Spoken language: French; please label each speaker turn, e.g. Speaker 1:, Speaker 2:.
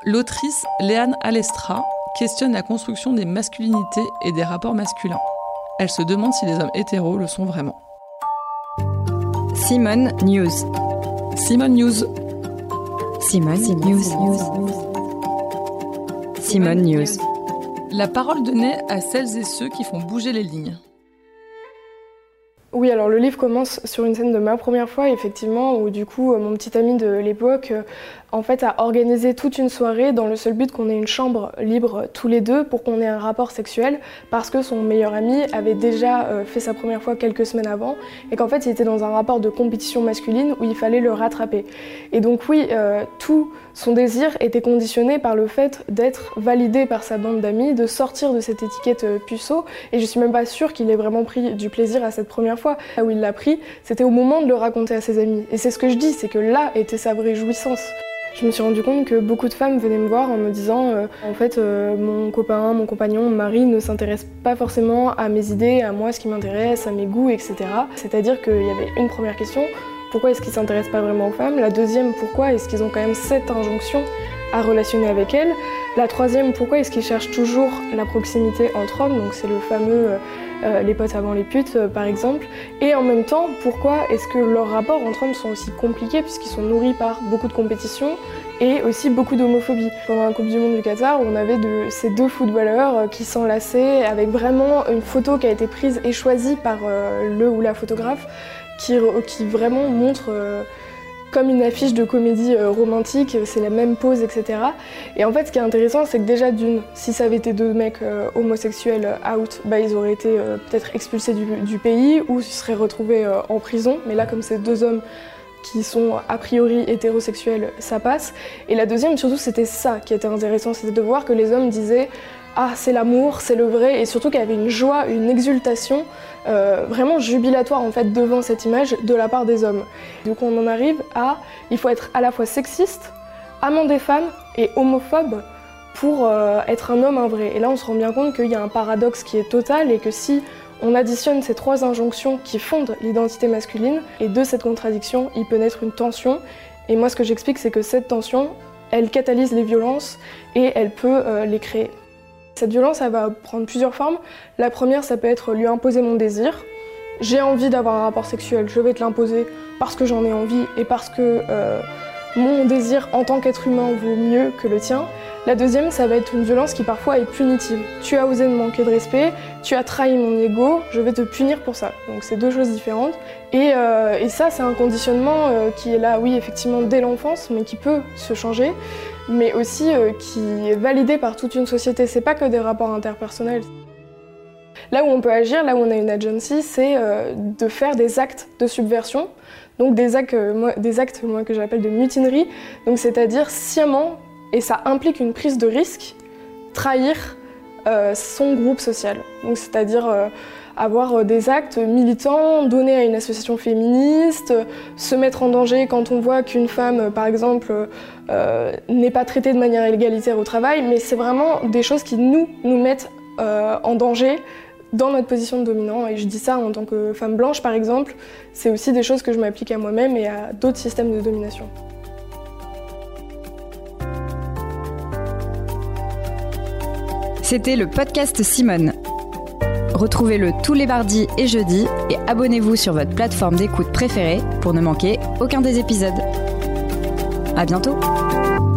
Speaker 1: L'autrice Léane Alestra questionne la construction des masculinités et des rapports masculins. Elle se demande si les hommes hétéros le sont vraiment.
Speaker 2: Simone News.
Speaker 1: Simone News.
Speaker 2: Simone News. Simone News.
Speaker 1: La parole donnée à celles et ceux qui font bouger les lignes.
Speaker 3: Oui, alors le livre commence sur une scène de ma première fois, effectivement, où du coup, mon petit ami de l'époque, en fait, a organisé toute une soirée dans le seul but qu'on ait une chambre libre tous les deux pour qu'on ait un rapport sexuel, parce que son meilleur ami avait déjà fait sa première fois quelques semaines avant, et qu'en fait, il était dans un rapport de compétition masculine où il fallait le rattraper. Et donc oui, tout son désir était conditionné par le fait d'être validé par sa bande d'amis, de sortir de cette étiquette puceau, et je suis même pas sûre qu'il ait vraiment pris du plaisir à cette première fois. Là où il l'a pris, c'était au moment de le raconter à ses amis. Et c'est ce que je dis, c'est que là était sa vraie jouissance. Je me suis rendu compte que beaucoup de femmes venaient me voir en me disant en fait mon copain, mon compagnon, mon mari ne s'intéresse pas forcément à mes idées, à moi, ce qui m'intéresse, à mes goûts, etc. C'est-à-dire qu'il y avait une première question, pourquoi est-ce qu'ils ne s'intéressent pas vraiment aux femmes? La deuxième, pourquoi est-ce qu'ils ont quand même cette injonction à relationner avec elles? La troisième, pourquoi est-ce qu'ils cherchent toujours la proximité entre hommes? Donc c'est le fameux les potes avant les putes par exemple. Et en même temps, pourquoi est-ce que leurs rapports entre hommes sont aussi compliqués puisqu'ils sont nourris par beaucoup de compétition et aussi beaucoup d'homophobie. Pendant la Coupe du Monde du Qatar, on avait ces deux footballeurs qui s'enlaçaient avec vraiment une photo qui a été prise et choisie par le ou la photographe qui vraiment montre comme une affiche de comédie romantique, c'est la même pose, etc. Et en fait, ce qui est intéressant, c'est que déjà si ça avait été deux mecs homosexuels out, ils auraient été peut-être expulsés du pays ou se seraient retrouvés en prison. Mais là, comme c'est deux hommes qui sont a priori hétérosexuels, ça passe. Et la deuxième, surtout, c'était ça qui était intéressant, c'était de voir que les hommes disaient « Ah, c'est l'amour, c'est le vrai », et surtout qu'il y avait une joie, une exultation vraiment jubilatoire en fait devant cette image de la part des hommes. Donc on en arrive à, il faut être à la fois sexiste, amant des femmes et homophobe pour être un homme, un vrai. Et là on se rend bien compte qu'il y a un paradoxe qui est total et que si on additionne ces trois injonctions qui fondent l'identité masculine, et de cette contradiction, il peut naître une tension. Et moi ce que j'explique, c'est que cette tension, elle catalyse les violences et elle peut les créer. Cette violence, elle va prendre plusieurs formes. La première, ça peut être lui imposer mon désir. J'ai envie d'avoir un rapport sexuel, je vais te l'imposer parce que j'en ai envie et parce que mon désir en tant qu'être humain vaut mieux que le tien. La deuxième, ça va être une violence qui parfois est punitive. Tu as osé me manquer de respect, tu as trahi mon ego, je vais te punir pour ça. Donc c'est deux choses différentes. Et ça, c'est un conditionnement qui est là, oui, effectivement, dès l'enfance, mais qui peut se changer, mais aussi qui est validé par toute une société. C'est pas que des rapports interpersonnels. Là où on peut agir, là où on a une agency, c'est de faire des actes de subversion, donc des actes que j'appelle de mutinerie, donc c'est-à-dire sciemment, et ça implique une prise de risque, trahir son groupe social. Donc c'est-à-dire avoir des actes militants, donner à une association féministe, se mettre en danger quand on voit qu'une femme, par exemple, n'est pas traitée de manière égalitaire au travail, mais c'est vraiment des choses qui nous mettent en danger dans notre position de dominant. Et je dis ça en tant que femme blanche, par exemple, c'est aussi des choses que je m'applique à moi-même et à d'autres systèmes de domination.
Speaker 2: C'était le podcast Simone. Retrouvez-le tous les mardis et jeudis et abonnez-vous sur votre plateforme d'écoute préférée pour ne manquer aucun des épisodes. À bientôt!